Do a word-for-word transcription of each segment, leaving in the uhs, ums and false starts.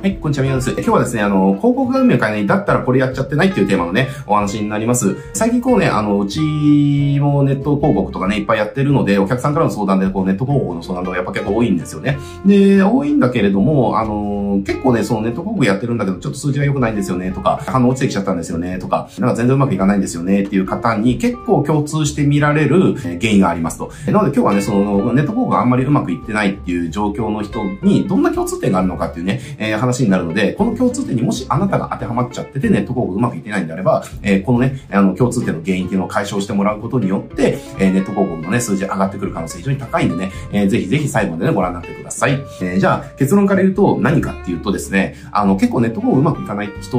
はい、こんにちは、みなです。今日はですね、あの、広告が運命を変えない、だったらこれやっちゃってないっていうテーマのね、お話になります。最近こうね、あの、うちもネット広告とかね、いっぱいやってるので、お客さんからの相談で、こう、ネット広告の相談がやっぱ結構多いんですよね。で、多いんだけれども、あの、結構ね、そのネット広告やってるんだけど、ちょっと数字が良くないんですよね、とか、反応落ちてきちゃったんですよね、とか、なんか全然うまくいかないんですよね、っていう方に結構共通して見られる原因がありますと。なので今日はね、その、ネット広告があんまりうまくいってないっていう状況の人に、どんな共通点があるのかっていうね、えー、話になるので、この共通点にもしあなたが当てはまっちゃってて、ネット広告うまくいってないんであれば、えー、このね、あの、共通点の原因っていうのを解消してもらうことによって、えー、ネット広告のね、数字上がってくる可能性非常に高いんでね、えー、ぜひぜひ最後までね、ご覧になってください。えー、じゃあ、結論から言うと何かっていうとですね、あの、結構ネット広告うまくいかない人って、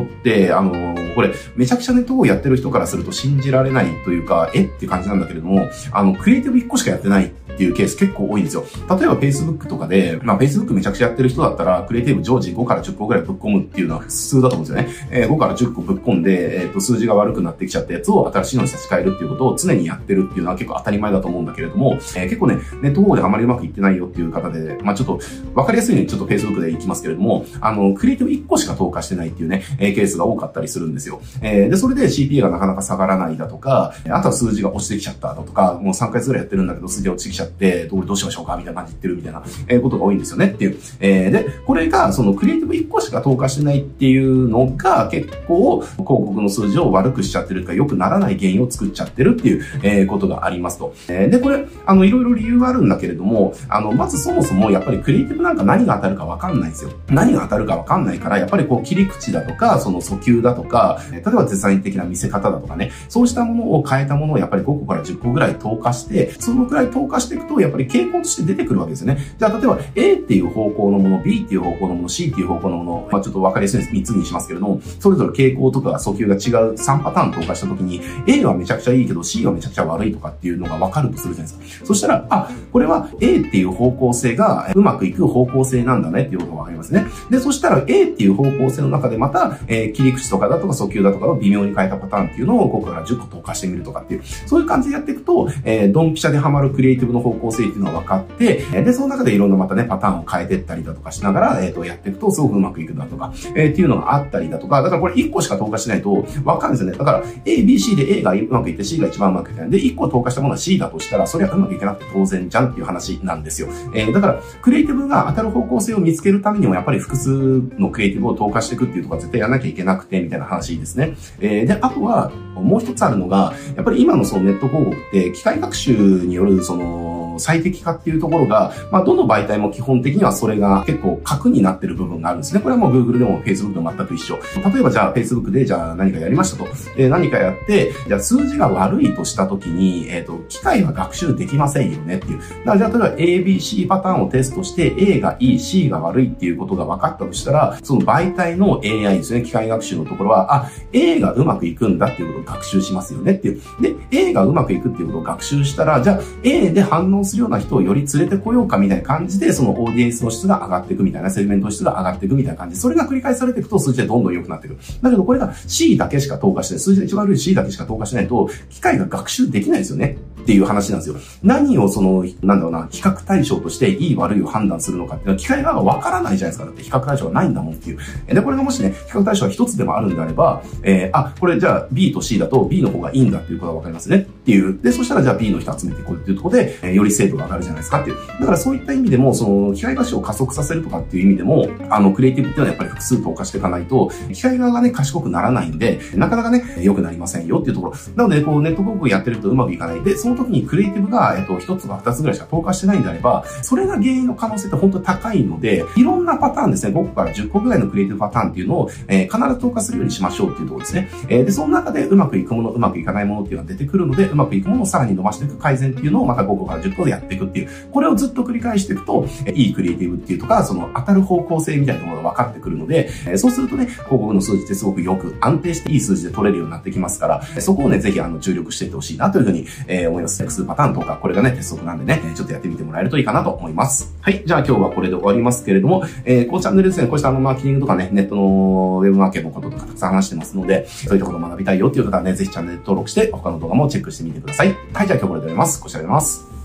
あのー、これ、めちゃくちゃネット広告やってる人からすると信じられないというか、えっていう感じなんだけれども、あの、クリエイティブいっこしかやってないっていうケース結構多いんですよ。例えば Facebook とかで、まあ Facebook めちゃくちゃやってる人だったら、クリエイティブ常時ごからじゅっこぐらいぶっ込むっていうのは普通だと思うんですよね。えー、ごからじゅっこぶっ込んで、えっと、数字が悪くなってきちゃったやつを新しいのに差し替えるっていうことを常にやってるっていうのは結構当たり前だと思うんだけれども、えー、結構ね、ネット広告であまりうまくいってないよっていう方で、まあちょっと、わかりやすいようにちょっと Facebook でいきますけれども、あの、クリエイティブいっこしか投下してないっていうね、えー、ケースが多かったりするんですよ。えー、で、それで シーピーエー がなかなか下がらないだとか、あとは数字が落ちてきちゃっただとか、もうさんかげつぐらいやってるんだけど数字が落ちてきちゃって、どうどうしましょうかみたいな感じで言ってるみたいな、えー、ことが多いんですよねっていう。えー、で、これがそのクリエイティブいっこしか投下してないっていうのが結構広告の数字を悪くしちゃってるか良くならない原因を作っちゃってるっていう、えー、ことがありますと。えー、で、これ、あの、いろいろ理由があるんだけれども、あの、まずそもそもやっぱりクリエイティブなんか何が当たるかわかんないんですよ。何が当たるかわかんないから、やっぱりこう切り口だとか、その訴求だとか、例えばデザイン的な見せ方だとかね、そうしたものを変えたものをやっぱりごこからじゅっこぐらい投下して、そのくらい投下していくと、やっぱり傾向として出てくるわけですよね。じゃあ、例えば A っていう方向のもの、B っていう方向のもの、C っていう方向のもの、まあちょっとわかりやすいです。みっつにしますけれども、それぞれ傾向とか訴求が違うさんパターン投下したときに、A はめちゃくちゃいいけど C はめちゃくちゃ悪いとかっていうのがわかるとするじゃないですか。そしたら、あ、これは A っていう方向性がうまくいく方向性なんだねっていうことがわかりますね。で、そしたら A っていう方向性の中でまた、えー、切り口とかだとか訴求だとかを微妙に変えたパターンっていうのをごこからじゅっこ投下してみるとかっていう、そういう感じでやっていくと、えー、ドンピシャでハマるクリエイティブの方向性っていうのが分かって、で、その中でいろんなまたね、パターンを変えていったりだとかしながら、えっと、やっていくとすごくうまくいくだとか、えー、っていうのがあったりだとか、だからこれいっこしか投下しないと分かるんですよね。だから A、B、C で A がうまくいって C が一番うまくいかない。で、いっこ投下したものは C だとしたら、それはうまくいかなくて当然じゃんっていう話なんですよ。えー、だから、クリエイティブが当たる方向性を見つけるためにも、やっぱり複数のクリエイティブを投下していくっていうところは絶対やらなきゃいけなくて、みたいな話ですね。えー、で、あとは、もう一つあるのが、やっぱり今のそのネット広告って、機械学習によるその、最適化っていうところが、まあ、どの媒体も基本的にはそれが結構核になってる部分があるんですね。これはもう Google でも Facebook でも全く一緒。例えばじゃあ Facebook でじゃあ何かやりましたと。で、何かやって、じゃあ数字が悪いとしたときに、えっと、機械は学習できませんよねっていう。だからじゃあ例えば A、B、C パターンをテストして A がいい、C が悪いっていうことが分かったとしたら、その媒体の エーアイ ですね、機械学習のところは、あ、A がうまくいくんだっていうことを学習しますよねっていう。で、A がうまくいくっていうことを学習したら、じゃあ A で反応するような人をより連れてこようかみたいな感じで、そのオーディエンスの質が上がっていくみたいな、セグメントの質が上がっていくみたいな感じで、それが繰り返されていくと数字でどんどん良くなっていく。だけどこれが C だけしか投下してない、数字が一番悪い C だけしか投下しないと、機械が学習できないですよねっていう話なんですよ。何をその、なんだろうな、比較対象としていい悪いを判断するのかっていうのは、機械側がわからないじゃないですか。だって比較対象がないんだもんっていう。で、これがもしね、比較対象が一つでもあるんであれば、えー、あ、これじゃあ B と C だと B の方がいいんだっていうことがわかりますねっていう。で、そしたらじゃあ B の人集めていこうっていうところで、えー、より精度が上がるじゃないですかっていう。だからそういった意味でも、その、機械学習を加速させるとかっていう意味でも、あの、クリエイティブっていうのはやっぱり複数投下していかないと、機械側がね、賢くならないんで、なかなかね、良くなりませんよっていうところ。なので、こう、ネット広告やってるとうまくいかない。で、その時にクリエイティブが、えっと、一つか二つぐらいしか投下してないんであれば、それが原因の可能性って本当に高いので、いろんなパターンですね、ごこからじゅっこぐらいのクリエイティブパターンっていうのを、えー、必ず投下するようにしましょうっていうところですね。えー、で、その中でうまくいくもの、うまくいかないものっていうのが出てくるので、うまくいくものをさらに伸ばしていく改善っていうのをまたごこからじゅっこでやっていくっていう、これをずっと繰り返していくと、いいクリエイティブっていうとか、その当たる方向性みたいなものが分かってくるので、そうするとね、広告の数字ってすごくよく安定していい数字で取れるようになってきますから、そこをね、ぜひあの注力していってほしいなというふうに、えー、思います。複数パターンとか、これがね、鉄則なんでね、ちょっとやってみてもらえるといいかなと思います。はい。じゃあ今日はこれで終わりますけれども、えー、このチャンネルですね、こうしたあのマーケティングとかね、ネットのウェブマーケのこととかたくさん話してますので、そういったことを学びたいよっていう方はね、ぜひチャンネル登録して、他の動画もチェックしてみてください。はい。じゃあ今日これで終わります。ご視聴ありがとうございます。